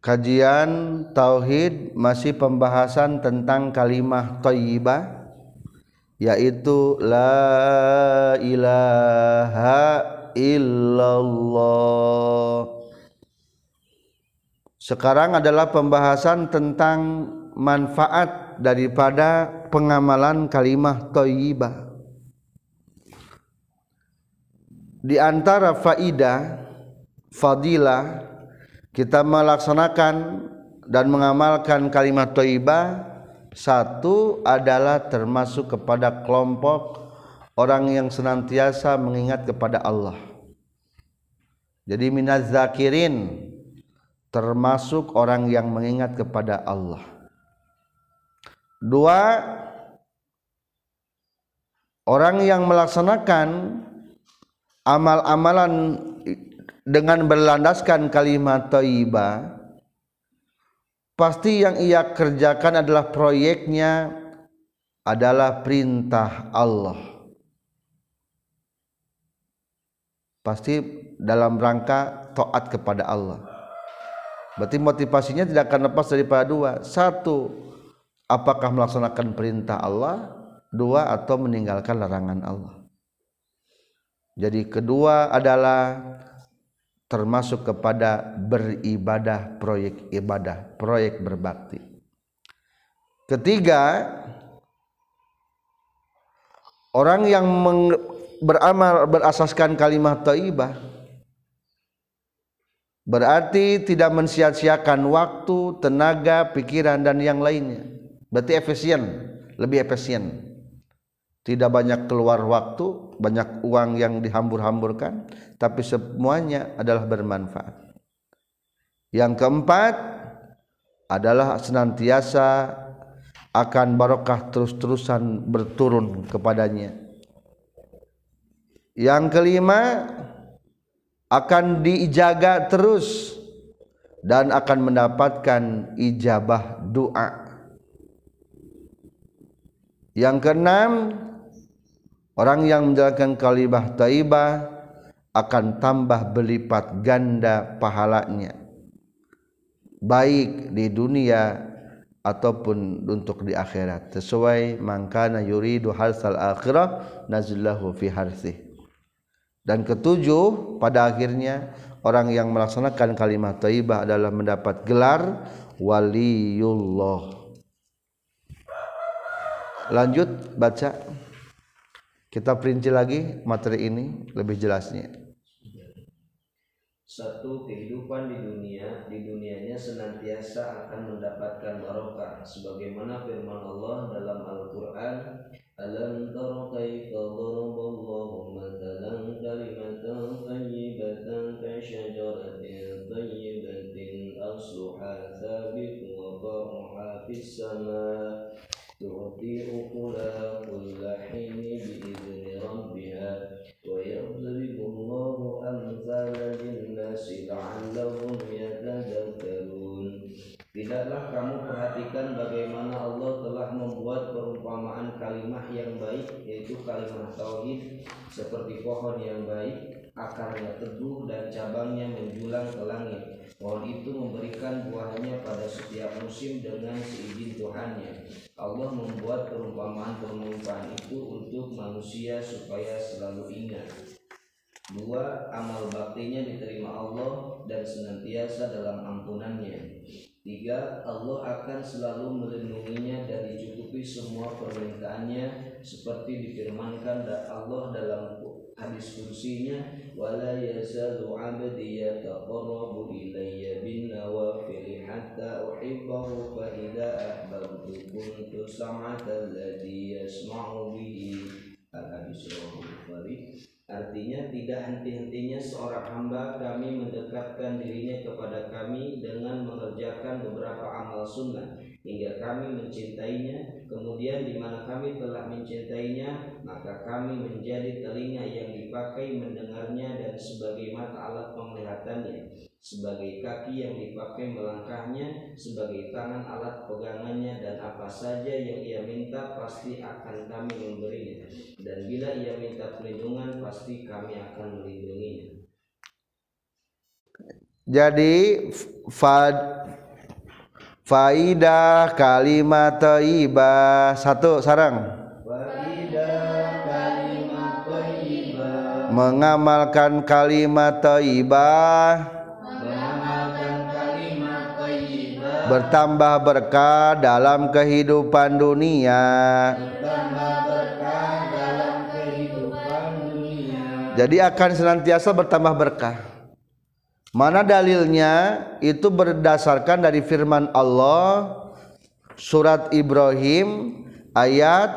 Kajian tauhid masih pembahasan tentang kalimah thayyibah, yaitu la ilaha illallah. Sekarang adalah pembahasan tentang manfaat daripada pengamalan kalimah thayyibah. Di antara fadilah kita melaksanakan dan mengamalkan kalimat thayyibah, satu adalah termasuk kepada kelompok orang yang senantiasa mengingat kepada Allah. Jadi minaz zakirin, termasuk orang yang mengingat kepada Allah. Dua, orang yang melaksanakan amal-amalan dengan berlandaskan kalimat thayyibah, pasti yang ia kerjakan adalah proyeknya adalah perintah Allah. Pasti dalam rangka taat kepada Allah. Berarti motivasinya tidak akan lepas daripada dua. Satu, apakah melaksanakan perintah Allah? Dua, atau meninggalkan larangan Allah. Jadi kedua adalah termasuk kepada beribadah, proyek ibadah, proyek berbakti. Ketiga, orang yang beramal berasaskan kalimat thayyibah berarti tidak mensia-siakan waktu, tenaga, pikiran dan yang lainnya. Berarti lebih efisien. Tidak banyak keluar waktu, banyak uang yang dihambur-hamburkan, tapi semuanya adalah bermanfaat. Yang keempat adalah senantiasa akan barokah terus-terusan berturun kepadanya. Yang kelima, akan dijaga terus dan akan mendapatkan ijabah doa. Yang keenam, orang yang menjalankan kalimah thayyibah akan tambah berlipat ganda pahalanya, baik di dunia ataupun untuk di akhirat. Sesuai mangkana yuridu harsal akhirah nazillahu fi harsih. Dan ketujuh, pada akhirnya orang yang melaksanakan kalimat thayyibah adalah mendapat gelar waliullah. Lanjut baca. Kita perinci lagi materi ini lebih jelasnya. Satu, kehidupan di dunianya senantiasa akan mendapatkan barokah sebagaimana firman Allah dalam Al-Qur'an, alam tara kaifa daraballahu matalan kalimatan thayyibatan ka syajaratin thayyibatin asluha thabitun wa faruha fis sama tu'ti ukulaha kulla hini bi'izni rabbiha wa yadribullahu amthala linnasi la'allahum yatadakkarun. Tidaklah kamu perhatikan bagaimana Allah telah membuat perumpamaan kalimat yang baik, yaitu kalimat tauhid, seperti pohon yang baik, akarnya teguh dan cabangnya menjulang ke langit. Pohon itu memberikan buahnya pada setiap musim dengan seizin Tuhannya. Allah membuat perumpamaan-perumpamaan itu untuk manusia supaya selalu ingat. Dua, amal baktinya diterima Allah dan senantiasa dalam ampunannya. Tiga, Allah akan selalu melindunginya dan dicukupi semua permintaannya, seperti difirmankan Allah dalam hadis kursinya, wala yazalu 'abdi yataqarrabu ilayya bin nawafil hatta uhibbahu fa idza ahbabtu kuntu sam'ata alladhi yasma'u bihi. Al-Hadis Bukhari. Artinya, tidak henti-hentinya seorang hamba kami mendekatkan dirinya kepada kami dengan mengerjakan beberapa amal sunnah hingga kami mencintainya. Kemudian di mana kami telah mencintainya, maka kami menjadi telinga yang dipakai mendengarnya dan sebagai mata alat penglihatannya, sebagai kaki yang dipakai melangkahnya, sebagai tangan alat pegangannya, dan apa saja yang ia minta pasti akan kami memberinya, dan bila ia minta perlindungan pasti kami akan melindunginya. Jadi faidah kalimat thayyibah satu sarang mengamalkan kalimat thayyibah bertambah berkah dalam kehidupan dunia. Jadi akan senantiasa bertambah berkah. Mana dalilnya? Itu berdasarkan dari firman Allah surat Ibrahim ayat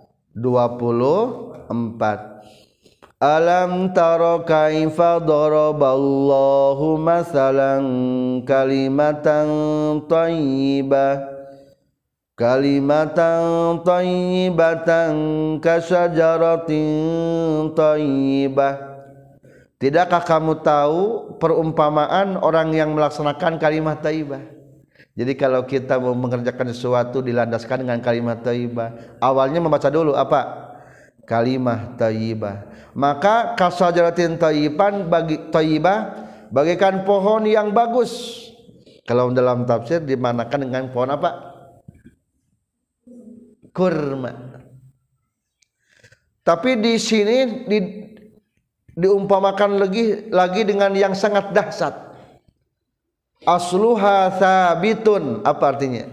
24. Alam tara kaifa daraballahu masalan kalimatan thayyibatan kasyajaratin thayyibah. Tidakkah kamu tahu perumpamaan orang yang melaksanakan kalimat thayyibah? Jadi kalau kita mau mengerjakan sesuatu dilandaskan dengan kalimat thayyibah, awalnya membaca dulu apa? Kalimah thayyibah. Maka kasajaratin thayyibah bagaikan pohon yang bagus. Kalau dalam tafsir dimanakan dengan pohon apa? Kurma. Tapi di sini diumpamakan lagi dengan yang sangat dahsyat. Asluha tsabitun, apa artinya?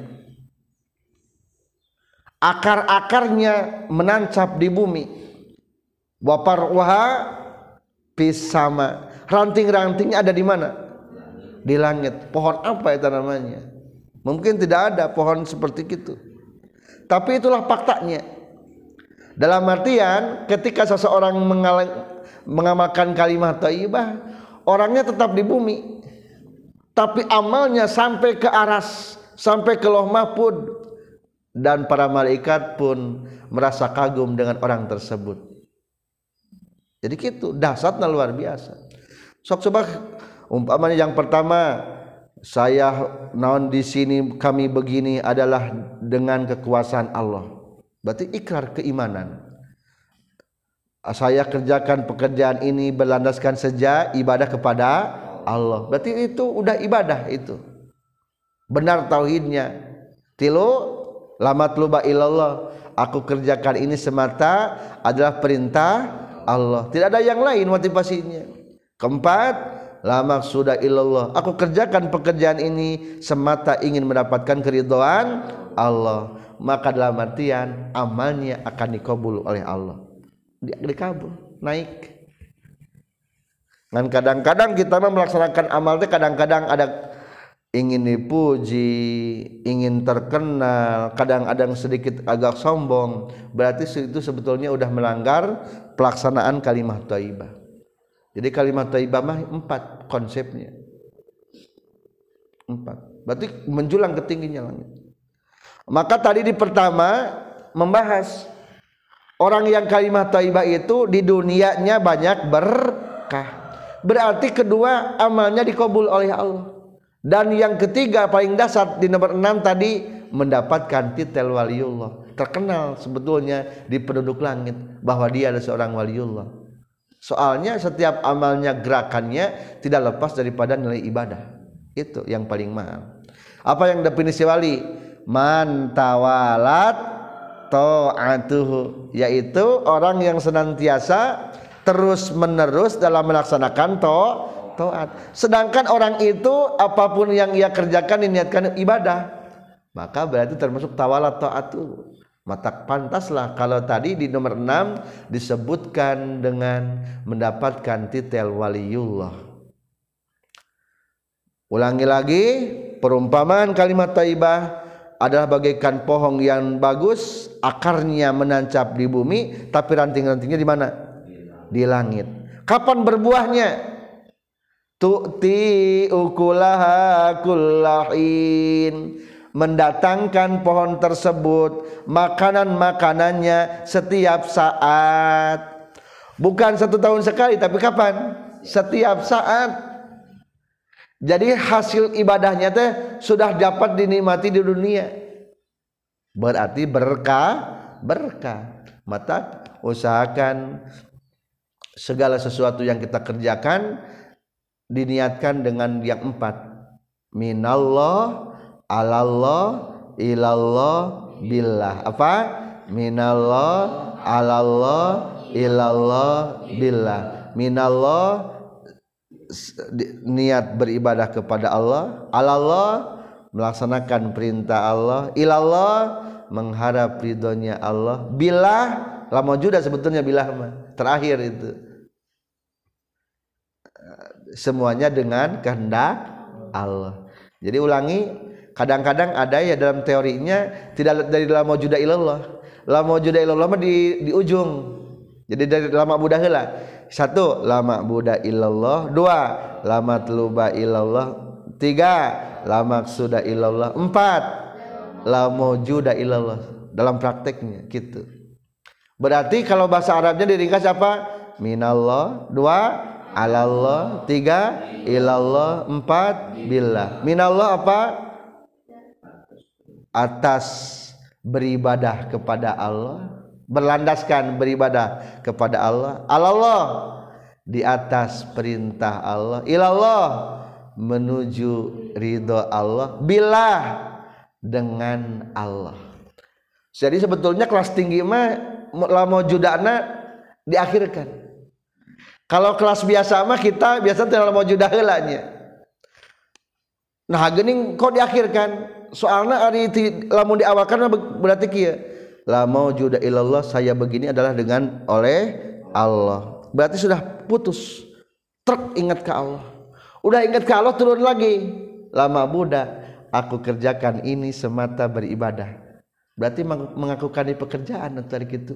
Akar-akarnya menancap di bumi. Wa far'uha fis sama. Ranting-rantingnya ada di mana? Di langit. Pohon apa itu namanya? Mungkin tidak ada pohon seperti itu. Tapi itulah faktanya. Dalam artian ketika seseorang mengamalkan kalimat thayyibah, orangnya tetap di bumi. Tapi amalnya sampai ke aras, sampai ke Lauh Mahfuz, dan para malaikat pun merasa kagum dengan orang tersebut. Jadi gitu, dahsyatnya luar biasa. Sok coba umpamanya yang pertama, saya naon di sini kami begini adalah dengan kekuasaan Allah. Berarti ikrar keimanan. Saya kerjakan pekerjaan ini berlandaskan saja ibadah kepada Allah. Berarti itu udah ibadah itu. Benar tauhidnya. Tilu la matluba illallah. Aku kerjakan ini semata adalah perintah Allah. Tidak ada yang lain motivasinya. Keempat, la maqsuda illallah. Aku kerjakan pekerjaan ini semata ingin mendapatkan keridhaan Allah. Maka dalam artian amalnya akan dikabul oleh Allah. Dikabul, naik. Dan kadang-kadang kita melaksanakan amal itu kadang-kadang ada ingin dipuji, ingin terkenal, kadang-kadang sedikit agak sombong. Berarti itu sebetulnya udah melanggar pelaksanaan kalimat thayyibah. Jadi kalimat thayyibah mah 4 konsepnya. 4. Berarti menjulang ke tingginya langit. Maka tadi di pertama membahas orang yang kalimat thayyibah itu di dunianya banyak berkah. Berarti kedua amalnya dikabul oleh Allah. Dan yang ketiga paling dasar di nomor 6 tadi mendapatkan titel waliullah. Terkenal sebetulnya di penduduk langit bahwa dia adalah seorang waliullah. Soalnya setiap amalnya gerakannya tidak lepas daripada nilai ibadah. Itu yang paling mahal. Apa yang definisi wali? Man tawalat ta'atuhu, yaitu orang yang senantiasa terus menerus dalam melaksanakan taat. Sedangkan orang itu apapun yang ia kerjakan diniatkan ibadah, maka berarti termasuk tawalat ta'atuhu. Maka pantaslah kalau tadi di nomor 6 disebutkan dengan mendapatkan titel waliullah. Ulangi lagi, perumpamaan kalimat thayyibah adalah bagaikan pohon yang bagus, akarnya menancap di bumi, tapi ranting-rantingnya di mana? Di langit. Kapan berbuahnya? Tu'ti ukulaha kullahin, mendatangkan pohon tersebut makanan-makanannya setiap saat. Bukan 1 tahun sekali, tapi kapan? Setiap saat. Jadi hasil ibadahnya teh sudah dapat dinikmati di dunia. Berarti berkah. Maka usahakan segala sesuatu yang kita kerjakan diniatkan dengan yang 4. minallah, alallah, ilallah, billah. Apa? Minallah, alallah, ilallah, billah. Minallah niat beribadah kepada Allah, alallah melaksanakan perintah Allah, ilallah mengharap ridhonya Allah, billah lama juga sebetulnya billah mah terakhir itu. Semuanya dengan kehendak Allah. Jadi ulangi, kadang-kadang ada ya dalam teorinya tidak dari la maujuda illallah. La maujuda illallah mah di ujung. Jadi dari la ma'budah heula. 1 la ma'budah illallah, 2 la matluba illallah, 3 la maqsuda illallah, 4 la maujuda illallah. Dalam prakteknya gitu. Berarti kalau bahasa Arabnya diringkas apa? Minallah, 2 alallah, 3 ilallah, 4 billah. Minallah apa? Atas beribadah kepada Allah, berlandaskan beribadah kepada Allah. Alallah di atas perintah Allah. Ilallah menuju ridho Allah. Billah dengan Allah. Jadi sebetulnya kelas tinggi mah la maujudana diakhirkan. Kalau kelas biasa mah kita biasa tidak mau judah heulanya. Nah geuning kok diakhirkan? Soalna ari lamun diawalkan berarti kieu. La maujuda illallah, saya begini adalah dengan oleh Allah. Berarti sudah putus. Truk ingat ke Allah. Udah ingat ke Allah turun lagi. La ma'buda, aku kerjakan ini semata beribadah. Berarti mengakukan di pekerjaan tadi gitu.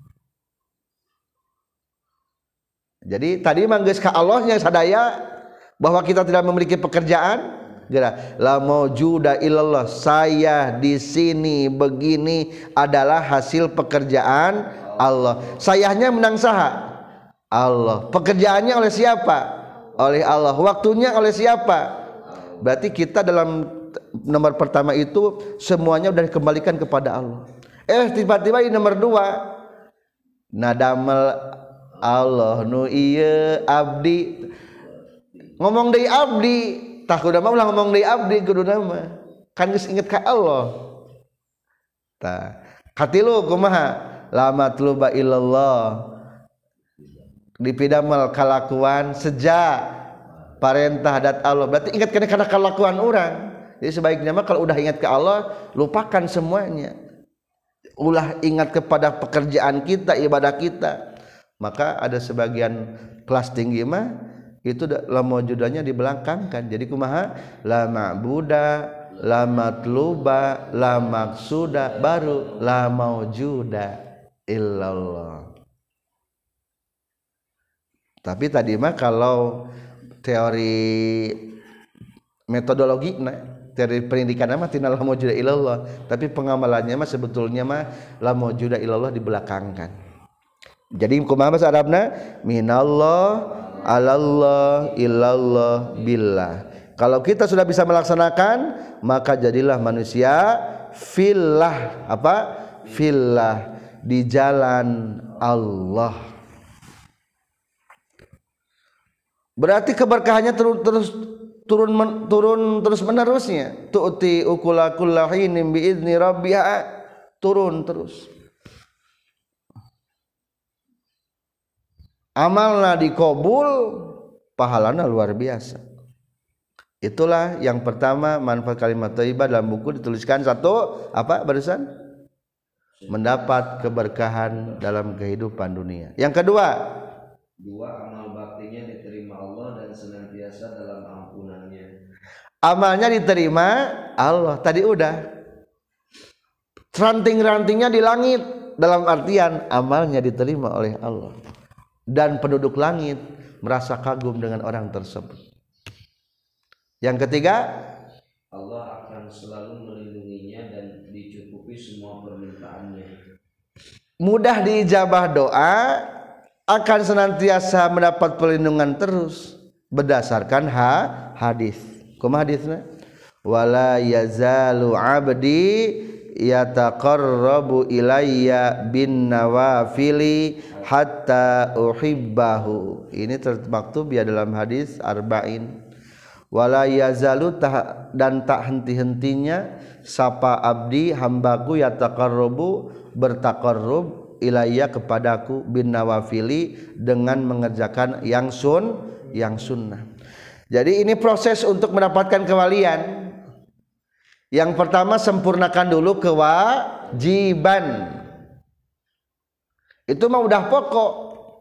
Jadi tadi manggeus ka Allahnya sadaya bahwa kita tidak memiliki pekerjaan. La maujuda illallah, saya di sini begini adalah hasil pekerjaan Allah. Sayahnya menang saha? Allah. Pekerjaannya oleh siapa? Oleh Allah. Waktunya oleh siapa? Berarti kita dalam nomor pertama itu semuanya sudah dikembalikan kepada Allah. Tiba-tiba di nomor 2 nadamel Allah nu ieu abdi ngomong deui abdi tah kudu mah ulah ngomong deui abdi kuduna mah kan geus inget ka Allah. Tah katilu kumaha? La matluba illallah, dipidamel kalakuan sejak parentah adat Allah. Berarti ingat kana kalakuan orang. Jadi sebaiknya mah kalau udah ingat ke Allah lupakan semuanya. Ulah ingat kepada pekerjaan kita, ibadah kita. Maka ada sebagian kelas tinggi mah itu la maujudanya dibelakangkan. Jadi kumaha? La ma'buda, la matluba, la maqsuda, baru la maujuda illallah. Tapi tadi mah kalau teori metodologi teori pendidikan mah tina la maujuda illallah, tapi pengamalannya mah sebetulnya mah la maujuda illallah dibelakangkan. Jadi kumaha bahasa Arabna? Minallah, alallah, illallah, billah. Kalau kita sudah bisa melaksanakan, maka jadilah manusia fillah. Apa? Fillah, di jalan Allah. Berarti keberkahannya turun terus menerusnya. Tu'ti ukula kullahinin biizni rabbiha, turun terus. Amalna dikabul, pahalana luar biasa. Itulah yang pertama manfaat kalimat thayyibah dalam buku dituliskan. 1 apa barusan? Mendapat keberkahan dalam kehidupan dunia. Yang kedua, 2 amal baktinya diterima Allah dan senantiasa dalam ampunannya. Amalnya diterima Allah. Tadi udah. Ranting-rantingnya di langit, dalam artian amalnya diterima oleh Allah. Dan penduduk langit merasa kagum dengan orang tersebut. Yang ketiga, Allah akan selalu melindunginya dan dicukupi semua permintaannya. Mudah diijabah doa, akan senantiasa mendapat perlindungan terus berdasarkan hadis. Kumaha hadisna? Wala yazalu abdi yataqarrabu ilayya bin nawafili hatta uhibbahu. Ini termaktub ya dalam hadis arba'in. wala yazalu dan tak henti-hentinya sapa abdi hambaku yataqarrabu bertaqarrub ilayya kepadaku bin nawafili dengan mengerjakan yang sunnah. Jadi ini proses untuk mendapatkan kewalian. Yang pertama sempurnakan dulu kewajiban. Itu mah udah pokok.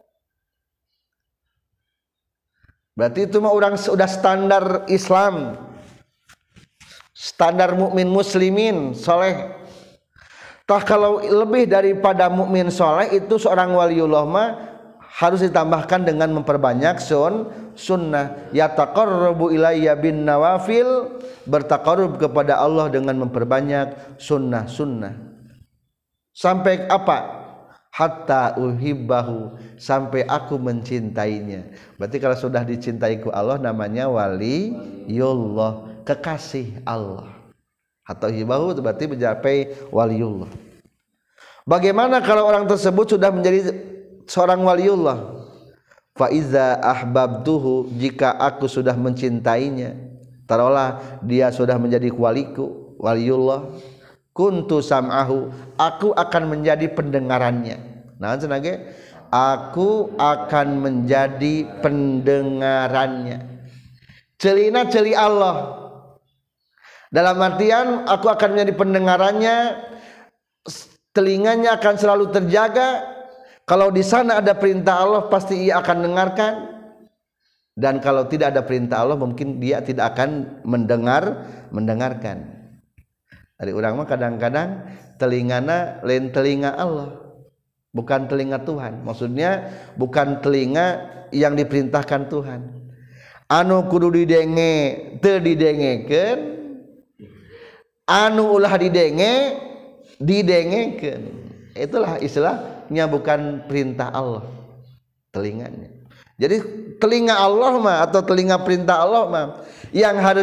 Berarti itu mah orang sudah standar Islam, standar mukmin muslimin soleh. Tah kalau lebih daripada mukmin soleh itu seorang waliullah mah harus ditambahkan dengan memperbanyak sunnah. Yataqarrabu ilayya bin nawafil, bertaqarrub kepada Allah dengan memperbanyak sunnah. Sampai apa? Hatta uhibbahu, sampai aku mencintainya. Berarti kalau sudah dicintai ku Allah namanya waliyullah, kekasih Allah. Hatta uhibbahu itu berarti mencapai waliyullah. Bagaimana kalau orang tersebut sudah menjadi seorang waliullah? Fa iza ahbabtuhu, jika aku sudah mencintainya, taruhlah dia sudah menjadi waliku, waliullah, kuntu sam'ahu, aku akan menjadi pendengarannya. Nah, senage aku akan menjadi pendengarannya. Celina celi Allah. Dalam artian aku akan menjadi pendengarannya, telinganya akan selalu terjaga. Kalau di sana ada perintah Allah pasti ia akan dengarkan. Dan kalau tidak ada perintah Allah mungkin dia tidak akan mendengarkan. Dari orang mah kadang-kadang telingana lain telinga Allah, bukan telinga Tuhan. Maksudnya bukan telinga yang diperintahkan Tuhan. Anu kudu didenge teu didengekeun, anu ulah didengekeun. Itulah istilahnya bukan perintah Allah telinganya. Jadi telinga Allah mah atau telinga perintah Allah mah yang harus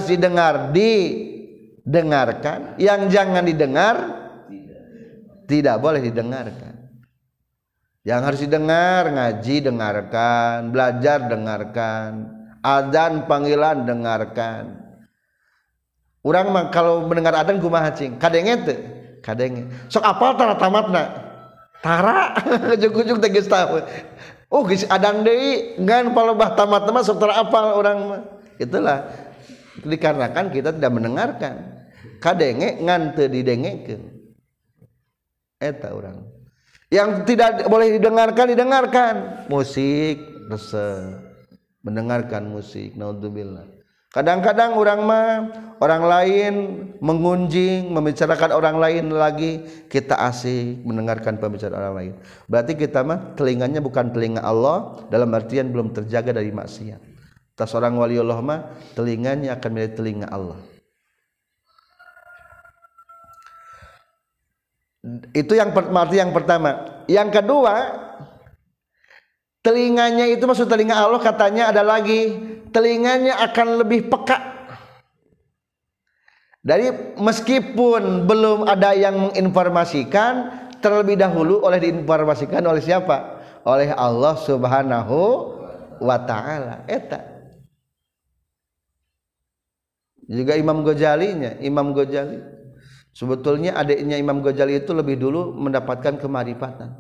dengarkan, yang jangan didengar tidak boleh didengarkan. Yang harus didengar ngaji dengarkan, belajar dengarkan, adzan panggilan dengarkan. Urang mah kalau mendengar adzan kumaha cing? Kadenge teu? Kadenge. Sok apal tara tamatna? Tara ujug-ujug teh geus tahu. Oh geus adzan deui ngan palebah tamat mah sok tara apal urang mah. Itulah dikarenakan kita tidak mendengarkan. Kadenge ngan teu didengekeun. Eta urang. Yang tidak boleh didengarkan musik, rese. Mendengarkan musik, naudzubillah. Kadang-kadang orang lain mengunjing, membicarakan orang lain lagi, kita asik mendengarkan pembicaraan orang lain. Berarti kita mah telinganya bukan telinga Allah, dalam artian belum terjaga dari maksiat. Tas orang waliullah mah telinganya akan menjadi telinga Allah. Itu yang arti yang pertama. Yang kedua, telinganya itu maksud telinga Allah katanya ada lagi, telinganya akan lebih peka. Dari meskipun belum ada yang menginformasikan, terlebih dahulu oleh diinformasikan oleh siapa? Oleh Allah Subhanahu wa taala. Eta. Juga Imam Ghazali. Sebetulnya adiknya Imam Ghazali itu lebih dulu mendapatkan kemarifatan.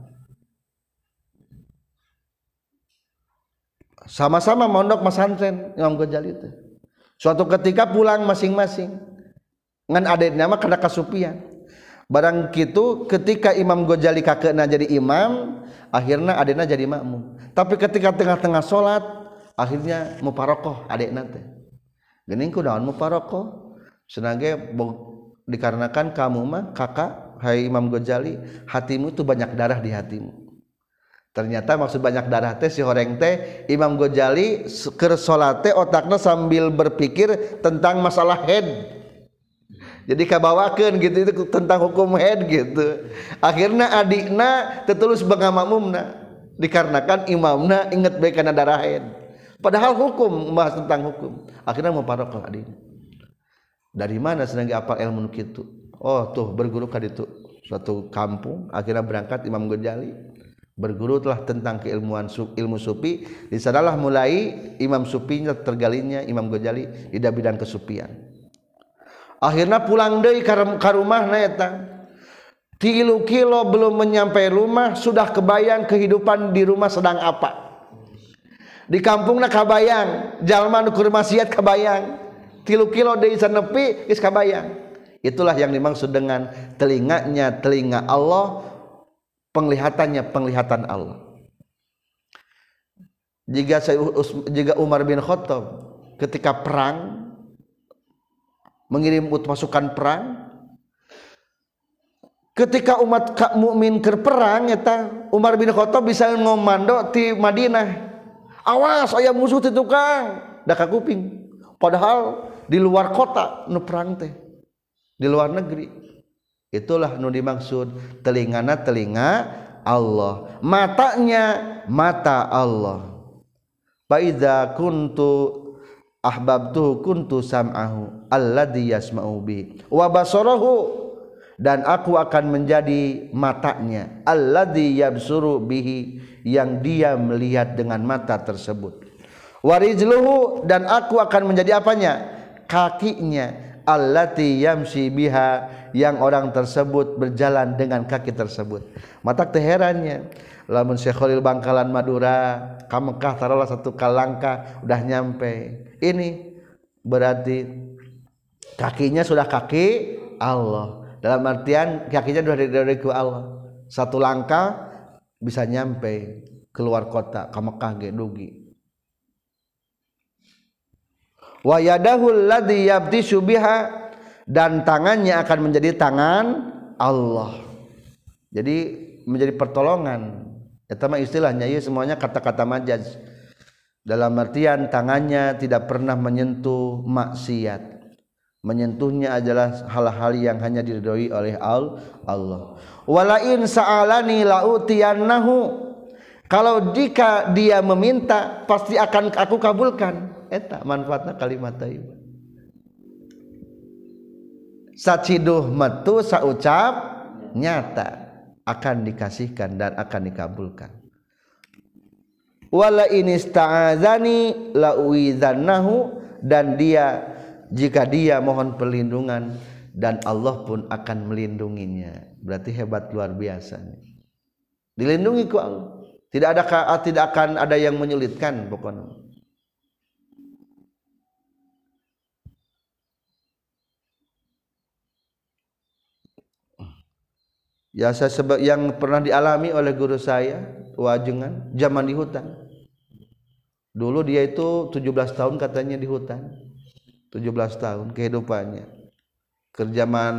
Sama-sama mondok pesantren Imam Ghazali itu. Suatu ketika pulang masing-masing. Ngan adiknya mah kada kasupian. Barang kitu ketika Imam Ghazali kakeuna jadi imam, akhirnya adiknya jadi makmum. Tapi ketika tengah-tengah salat, akhirnya muparokoh adiknya teh. Geuning kunaon muparokoh? Senage dikarenakan kamu mah kakak, hai Imam Ghazali, hatimu itu banyak darah di hatimu. Ternyata maksud banyak darah teh si horeng teh Imam Ghazali keur salat teh otakna sambil berpikir tentang masalah head. Jadi kabawakeun gitu itu tentang hukum head gitu. Akhirnya adikna tetulus bangga makmumna dikarenakan imamna inget bae kana darah head. Padahal hukum membahas tentang hukum. Akhirnya muparoqah adikna. Dari mana senang apal ilmu kitu? Oh tuh berguru ka ditu suatu kampung, akhirnya berangkat Imam Ghazali berguru telah tentang keilmuan ilmu sufi. Di sanalah mulai Imam Sufinya tergalinya Imam Ghazali di bidang kesufian. Akhirnya pulang deui ka rumahna eta. 3 kilo belum menyampai rumah sudah kebayang kehidupan di rumah sedang apa. Di kampungna kabayang, jalma nu keur maksiat kabayang. 3 kilo deui sanepi geus kabayang. Itulah yang dimaksud dengan telinganya telinga Allah, penglihatannya penglihatan Allah. Jika Umar bin Khattab ketika perang mengirim pasukan perang, ketika umat mukmin keur perang eta Umar bin Khattab bisa ngomando ti Madinah, awas aya musuh ti tukang da ka kuping, padahal di luar kota nu perang teh di luar negeri. Itulah nu dimaksud telingana telinga Allah, matanya mata Allah. Fa idza kuntu ahbabtuhu kuntu sam'ahu alladzi yasma'u bi wa basarahu, dan aku akan menjadi matanya alladzi yabsuru bihi, yang dia melihat dengan mata tersebut. Wa rijluhu, dan aku akan menjadi apanya? Kakinya allati yamshi biha, yang orang tersebut berjalan dengan kaki tersebut. Matak teh herannya lamun Syekh Khalil Bangkalan Madura ka Mekah taruhlah 1 kalangkah udah nyampe. Ini berarti kakinya sudah kaki Allah, dalam artian kakinya sudah dari ku Allah. 1 langkah bisa nyampe keluar kota ka Mekah ge dugi. Wa yadahu alladhi yabtishu biha, dan tangannya akan menjadi tangan Allah. Jadi menjadi pertolongan. Eta mah istilahnya ieu semuanya kata-kata majaz. Dalam artian tangannya tidak pernah menyentuh maksiat. Menyentuhnya adalah hal-hal yang hanya diridhoi oleh Allah. Wala in sa'alani la'utiyannahu, kalau jika dia meminta pasti akan aku kabulkan. Eta manfaatna kalimat thayyibah. Saciduh metu saucap nyata akan dikasihkan dan akan dikabulkan. Wala in ista'adzani la uidzannahu, dan dia jika dia mohon perlindungan dan Allah pun akan melindunginya. Berarti hebat luar biasa. Dilindungi ku Allah. Tidak akan ada yang menyulitkan pokoknya. Ya, yang pernah dialami oleh guru saya Wajengan zaman di hutan. Dulu dia itu 17 tahun katanya di hutan. 17 tahun kehidupannya. Kerjaman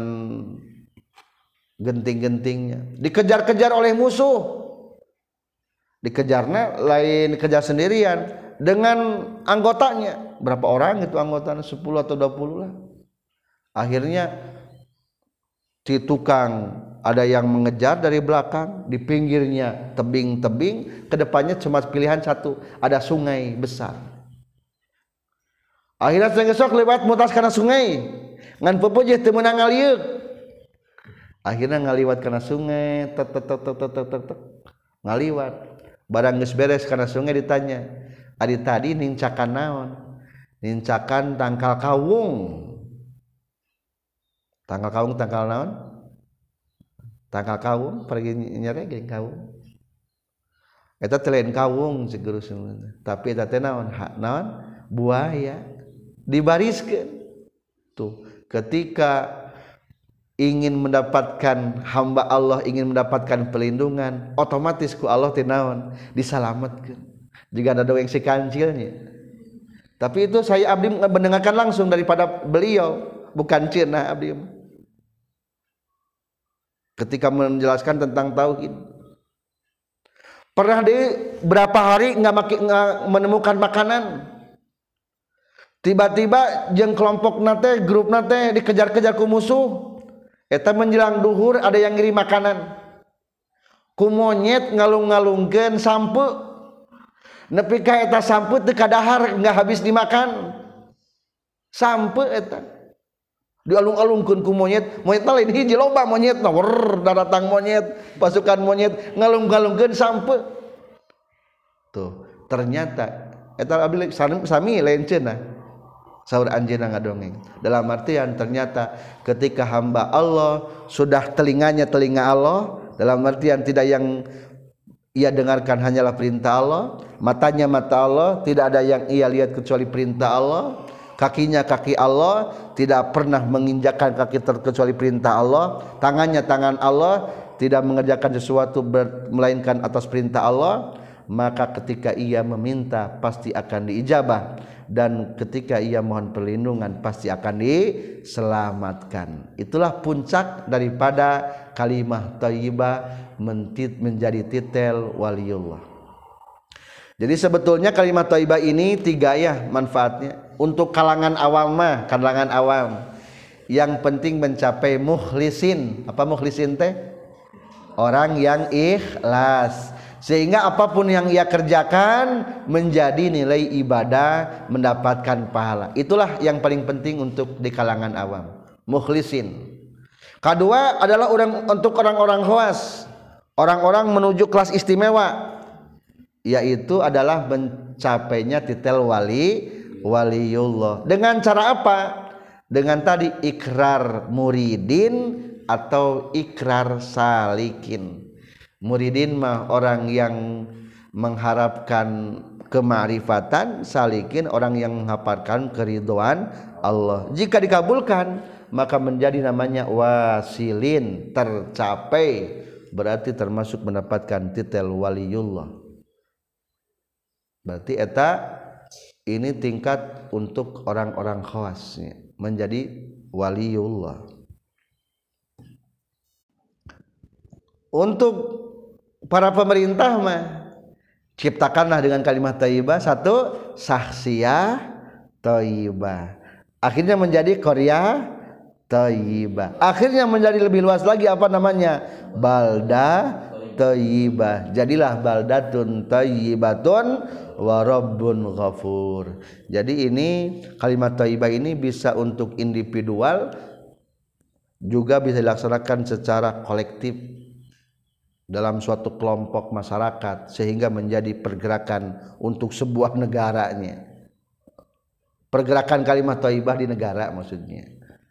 genting-gentingnya. Dikejar-kejar oleh musuh. Dikejarnya lain kejar sendirian dengan anggotanya. Berapa orang itu anggotanya? 10 atau 20 lah. Akhirnya si tukang ada yang mengejar dari belakang, di pinggirnya tebing-tebing, ke depannya cuma pilihan satu, ada sungai besar. Akhirnya sengesok lewat mutas karena sungai, ngan pepujih teu meunang ngalieuh. Akhirnya ngaliwat karena sungai, ngaliwat. Barang geus beres karena sungai ditanya, "Ari tadi nincakan naon?" "Nincakan tangkal kawung." Tangkal kawung tangkal naon? Tangkal kawung pergi nyeregeng kawung. Eta teh lain kawung si guru sebenarnya. Tapi eta teh naon? Naon? Buaya. Dibariskeun. Tuh, ketika ingin mendapatkan hamba Allah, ingin mendapatkan pelindungan, otomatis ku Allah teh naon? Disalametkeun. Jika ada yang si kancilnya. Tapi itu saya abdi mendengarkan langsung daripada beliau, bukan cenah abdi. Ketika menjelaskan tentang tauhid, pernah di berapa hari nggak menemukan makanan, tiba-tiba jeung kelompok nate grup nate dikejar-kejar ku musuh. Eta menjelang duhur ada yang ngirim makanan, ku monyet ngalung-ngalungkeun sampe, nepi ka eta sampe teu kadahar nggak habis dimakan, sampe eta dialung-alungkeun ku monyet lain hiji loba monyetna datang monyet pasukan monyet ngalung-ngalungkeun sampe tuh ternyata eta abdi sami lain cenah saur anjeunna ngadongeng dalam artian ternyata ketika hamba Allah sudah telinganya telinga Allah dalam artian tidak yang ia dengarkan hanyalah perintah Allah, matanya mata Allah, tidak ada yang ia lihat kecuali perintah Allah, kakinya kaki Allah, tidak pernah menginjakkan kaki kecuali perintah Allah, tangannya tangan Allah, tidak mengerjakan sesuatu melainkan atas perintah Allah, maka ketika ia meminta pasti akan diijabah, dan ketika ia mohon perlindungan pasti akan diselamatkan. Itulah puncak daripada kalimah thayyibah menjadi titel waliullah. Jadi sebetulnya kalimat thayyibah ini 3 ya manfaatnya. Untuk kalangan awam yang penting mencapai mukhlisin. Apa mukhlisin teh? Orang yang ikhlas, sehingga apapun yang ia kerjakan menjadi nilai ibadah, mendapatkan pahala. Itulah yang paling penting untuk di kalangan awam, mukhlisin. Kedua adalah untuk orang-orang khawas, orang-orang menuju kelas istimewa, yaitu adalah mencapainya titel waliullah. Dengan cara apa? Dengan tadi ikrar muridin atau ikrar salikin. Muridin mah orang yang mengharapkan kemarifatan, salikin orang yang mengharapkan keridhaan Allah. Jika dikabulkan maka menjadi namanya wasilin, tercapai, berarti termasuk mendapatkan titel waliullah. Berarti eta ini tingkat untuk orang-orang khawas menjadi waliullah. Untuk para pemerintah mah ciptakanlah dengan kalimat thayyibah satu sahsiyah thayyibah, akhirnya menjadi Korea thayyibah, akhirnya menjadi lebih luas lagi apa namanya, balda thayyibah. Jadilah baldatun thayyibatun wa rabbun ghafur. Jadi ini kalimat thayyibah ini bisa untuk individual, juga bisa dilaksanakan secara kolektif dalam suatu kelompok masyarakat, sehingga menjadi pergerakan untuk sebuah negaranya. Pergerakan kalimat thayyibah di negara maksudnya.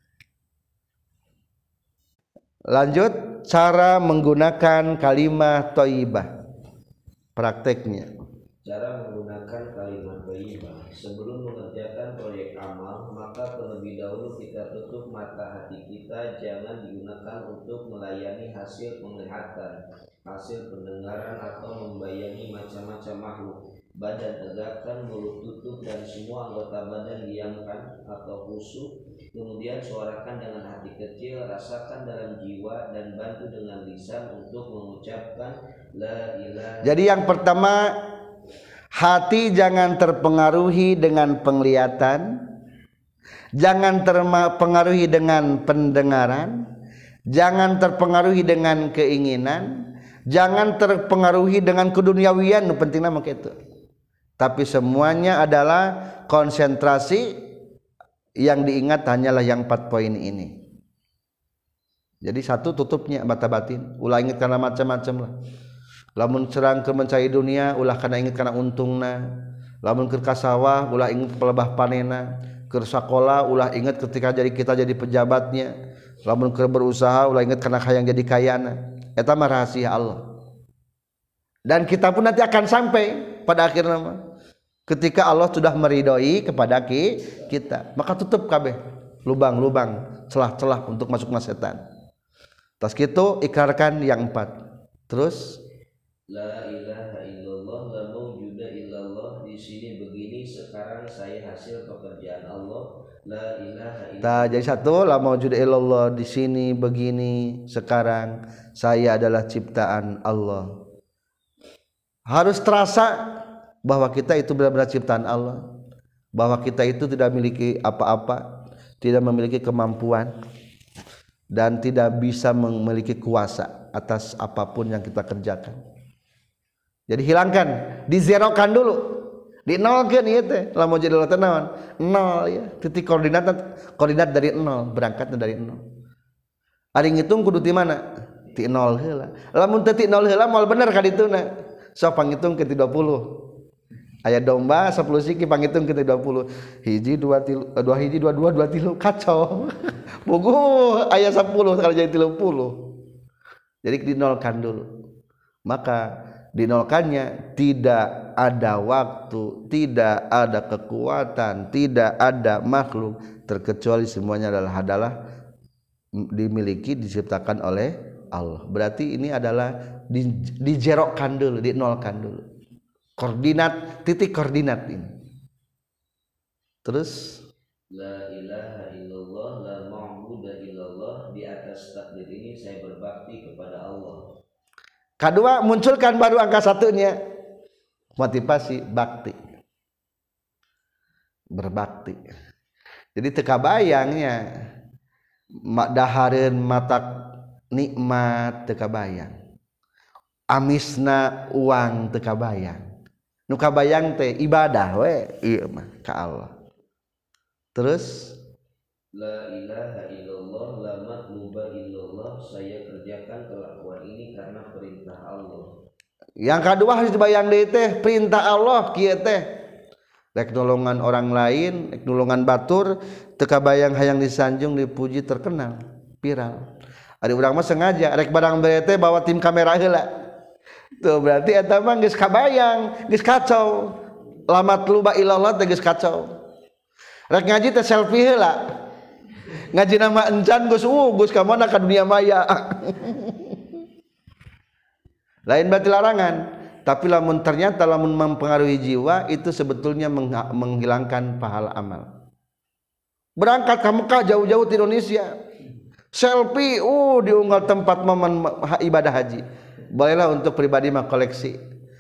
Lanjut, cara menggunakan kalimat thayyibah. Prakteknya. Cara menggunakan kalimat thayyibah. Sebelum mengerjakan proyek amal, maka terlebih dahulu kita tutup mata hati kita, jangan digunakan untuk melayani hasil penglihatan, hasil pendengaran, atau membayangi macam-macam makhluk. Badan tegakkan, mulut tutup, dan semua anggota badan diamkan atau khusyuk. Kemudian suarakan dengan hati kecil, rasakan dalam jiwa, dan bantu dengan lisan untuk mengucapkan la ilaha. Jadi yang pertama, hati jangan terpengaruhi dengan penglihatan, jangan terpengaruhi dengan pendengaran, jangan terpengaruhi dengan keinginan, jangan terpengaruhi dengan keduniawian. Pentingnya maka itu. Tapi semuanya adalah konsentrasi, yang diingat hanyalah yang 4 poin ini. Jadi satu tutupnya mata batin, ulah ingat karena macam-macam lah. Lamun serang ke mencari dunia, ulah karena ingat karena untungna. Lamun ke sawah, ulah ingat pelebah panena. Ke sakola, ulah ingat ketika kita jadi pejabatnya. Lamun ke berusaha, ulah ingat karena hayang jadi kayana. Eta mah rahasia Allah. Dan kita pun nanti akan sampai pada akhirnya mah, ketika Allah sudah meridhoi kepada kita, maka tutup kabeh lubang-lubang, celah-celah untuk masukna setan. Tas kitu ikrarkan yang 4. Terus la ilaha illallah, la maujuda illallah. Di sini begini, sekarang saya hasil pekerjaan Allah. La ilaha illallah. Jadi satu, la maujuda illallah, di sini begini, sekarang saya adalah ciptaan Allah. Harus terasa bahwa kita itu benar-benar ciptaan Allah, bahwa kita itu tidak memiliki apa-apa, tidak memiliki kemampuan, dan tidak bisa memiliki kuasa atas apapun yang kita kerjakan. Jadi hilangkan, dizerokan dulu Di nol kan ieu teh lamun jadi teh naon? Nol ya. Titik koordinat dari nol, berangkatnya dari nol. Ari ngitung kudu ti mana? Ti nol heula. Lamun teu ti nol heula moal bener ka dituna. Sok pangitung ke ti 20. Aya domba 10 siki pangitung ke ti 20. Hiji 2 3 2 hiji 2 2 2 3 kacau. Bogo aya 10 sekali jadi 30. Jadi dinolkan dulu. Maka dinolkannya tidak ada waktu, tidak ada kekuatan, tidak ada makhluk terkecuali semuanya adalah dimiliki diciptakan oleh Allah. Berarti ini adalah dijerokkan dulu, dinolkan dulu. Koordinat, titik koordinat ini. Terus La ilaha illallah la ma'budu illallah. Di atas takdir ini saya berbakti kepada Allah. Kedua, munculkan baru angka satunya, motivasi bakti, berbakti. Jadi teka bayangnya dahareun matak nikmat teka bayang, amisna uang teka bayang, nu kabayang teh ibadah we ieu mah ka Allah. Terus La ilaha illallah la matluba illallah. Saya kerjakan kelakuan ini karena perintah Allah. Yang kedua harus dibayang deui teh perintah Allah kieu teh. Rek nolongan orang lain, rek nolongan batur, teu kabayang hayang disanjung dipuji terkenal, viral. Ari urang mah sengaja rek barang bere teh bawa tim kamera heula. Tuh berarti eta mah geus kabayang, geus kacau. Lamat luba illallah teh geus kacau. Rek ngaji teh selfie heula. Ngaji nama encan Gus ka mana ka dunia maya. Lain berarti larangan, tapi lamun ternyata lamun mempengaruhi jiwa itu sebetulnya menghilangkan pahala amal. Berangkat ke Mekah jauh-jauh di Indonesia, selfie diunggah tempat momen ibadah haji. Bolehlah untuk pribadi mah koleksi.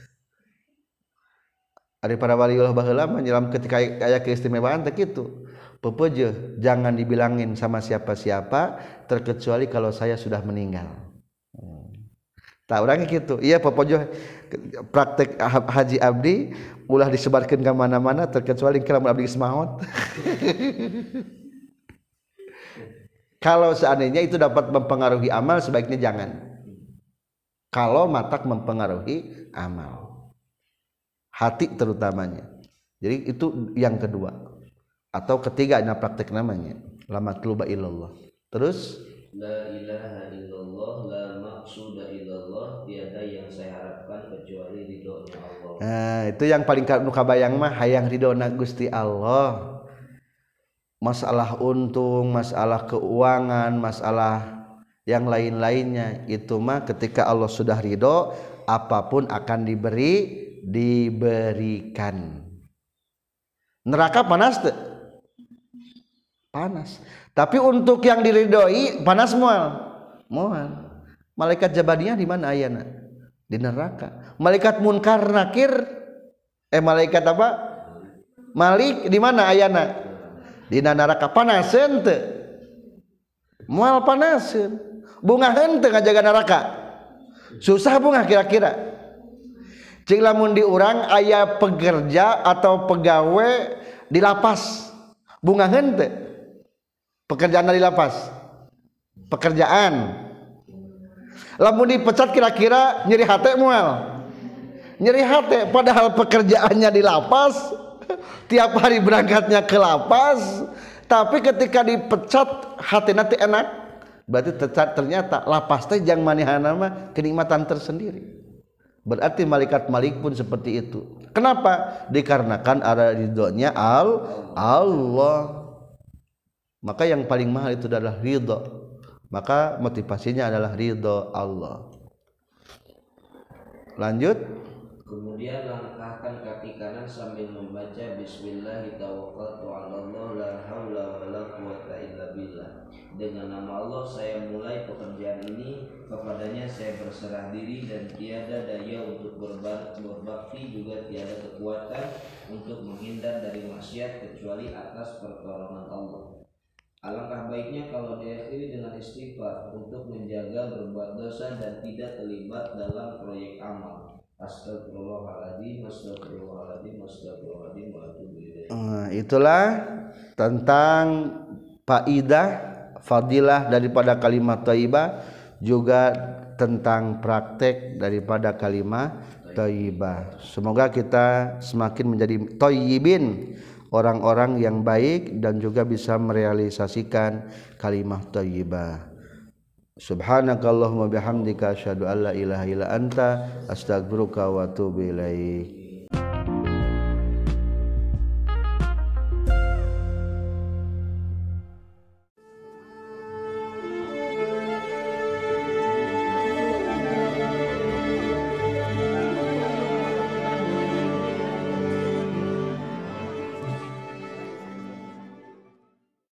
Ari para waliullah baheula menyelam ketika aya keistimewaan teh kitu. Pepeje jangan dibilangin sama siapa-siapa terkecuali kalau saya sudah meninggal. Tak orangnya gitu. Iya pepeje praktek haji abdi ulah disebarkan ke mana-mana terkecuali kalau abdi geus maot. Kalau seandainya itu dapat mempengaruhi amal sebaiknya jangan. Kalau matak mempengaruhi amal. Hati terutamanya. Jadi itu yang kedua. Atau ketiga ada praktek namanya la matluba illallah. Terus la ilaha illallah la maqsuda illallah. Tiada yang saya harapkan kecuali ridhonya Allah. Nah, itu yang paling kabayang mah hayang ridhona Gusti Allah. Masalah untung, masalah keuangan, masalah yang lain-lainnya itu mah ketika Allah sudah ridho apapun akan diberikan. Neraka panas tuh? Panas. Tapi untuk yang diridhoi panas moal. Malaikat Jabaniyah di mana ayana? Di neraka. Malaikat Munkar Nakir malaikat apa? Malik di mana ayana? Di neraka. Panaseun teu? Moal panaseun. Bunga henteu ngajaga neraka. Susah bunga kira-kira. Cing lamun di urang aya pekerja atau pegawai di lapas. Bunga henteu? Pekerjaan di lapas, pekerjaan. Lamun dipecat kira-kira nyeri hati mual, nyeri hati. Padahal pekerjaannya di lapas, tiap hari berangkatnya ke lapas. Tapi ketika dipecat hati nanti enak. Berarti ternyata lapas teh jang manehana mah kenikmatan tersendiri. Berarti malaikat Malik pun seperti itu. Kenapa? Dikarenakan ada ridhonya Allah. Maka yang paling mahal itu adalah ridho. Maka motivasinya adalah ridho Allah. Lanjut. Kemudian langkahkan kaki kanan sambil membaca Bismillah tawakkaltu 'alallah la haula wala quwata illa billah. Dengan nama Allah saya mulai pekerjaan ini, kepadanya saya berserah diri dan tiada daya untuk berbakti juga tiada kekuatan untuk menghindar dari maksiat kecuali atas pertolongan Allah. Alangkah baiknya kalau diakhiri dengan istighfar untuk menjaga berbuat dosa dan tidak terlibat dalam proyek amal. Astagfirullahaladzim, astagfirullahaladzim, astagfirullahaladzim, wa atubu ilaih. Itulah tentang faidah fadilah daripada kalimat thayyibah, juga tentang praktek daripada kalimat thayyibah. Semoga kita semakin menjadi thayyibin, orang-orang yang baik, dan juga bisa merealisasikan kalimat thayyibah. Subhanakallahumma bihamdika asyhadu an la ilaha illa anta astaghfiruka wa atubu ilaik.